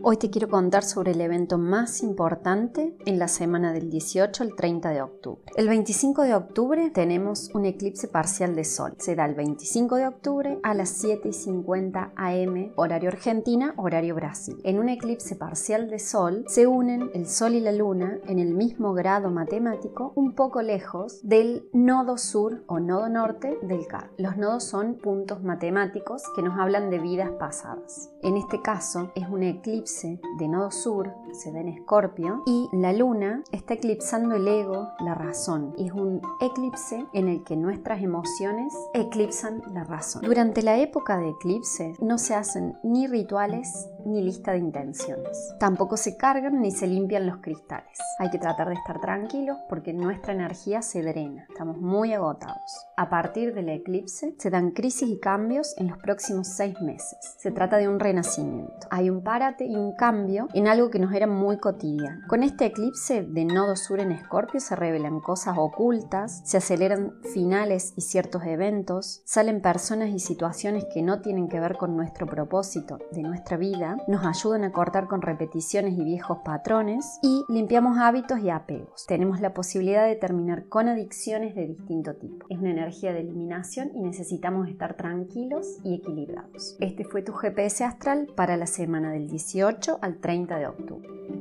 Hoy te quiero contar sobre el evento más importante en la semana del 18 al 30 de octubre. El 25 de octubre tenemos un eclipse parcial de Sol. Se da el 25 de octubre a las 7:50 am, horario Argentina, horario Brasil. En un eclipse parcial de Sol se unen el Sol y la Luna en el mismo grado matemático, un poco lejos del nodo sur o nodo norte del karma. Los nodos son puntos matemáticos que nos hablan de vidas pasadas. En este caso es un eclipse de nodo sur, se da en Escorpio, y la luna está eclipsando el ego, la razón. Es un eclipse en el que nuestras emociones eclipsan la razón. Durante la época de eclipse no se hacen ni rituales ni lista de intenciones. Tampoco se cargan ni se limpian los cristales. Hay que tratar de estar tranquilos porque nuestra energía se drena. Estamos muy agotados. A partir del eclipse se dan crisis y cambios en los próximos 6 meses. Se trata de un renacimiento. Hay un parate y un cambio en algo que nos era muy cotidiano. Con este eclipse de nodo sur en Escorpio se revelan cosas ocultas, se aceleran finales y ciertos eventos, salen personas y situaciones que no tienen que ver con nuestro propósito de nuestra vida, nos ayudan a cortar con repeticiones y viejos patrones y limpiamos hábitos y apegos. Tenemos la posibilidad de terminar con adicciones de distinto tipo. Es una energía de eliminación y necesitamos estar tranquilos y equilibrados. Este fue tu GPS astral para la semana del 18 al 30 de octubre.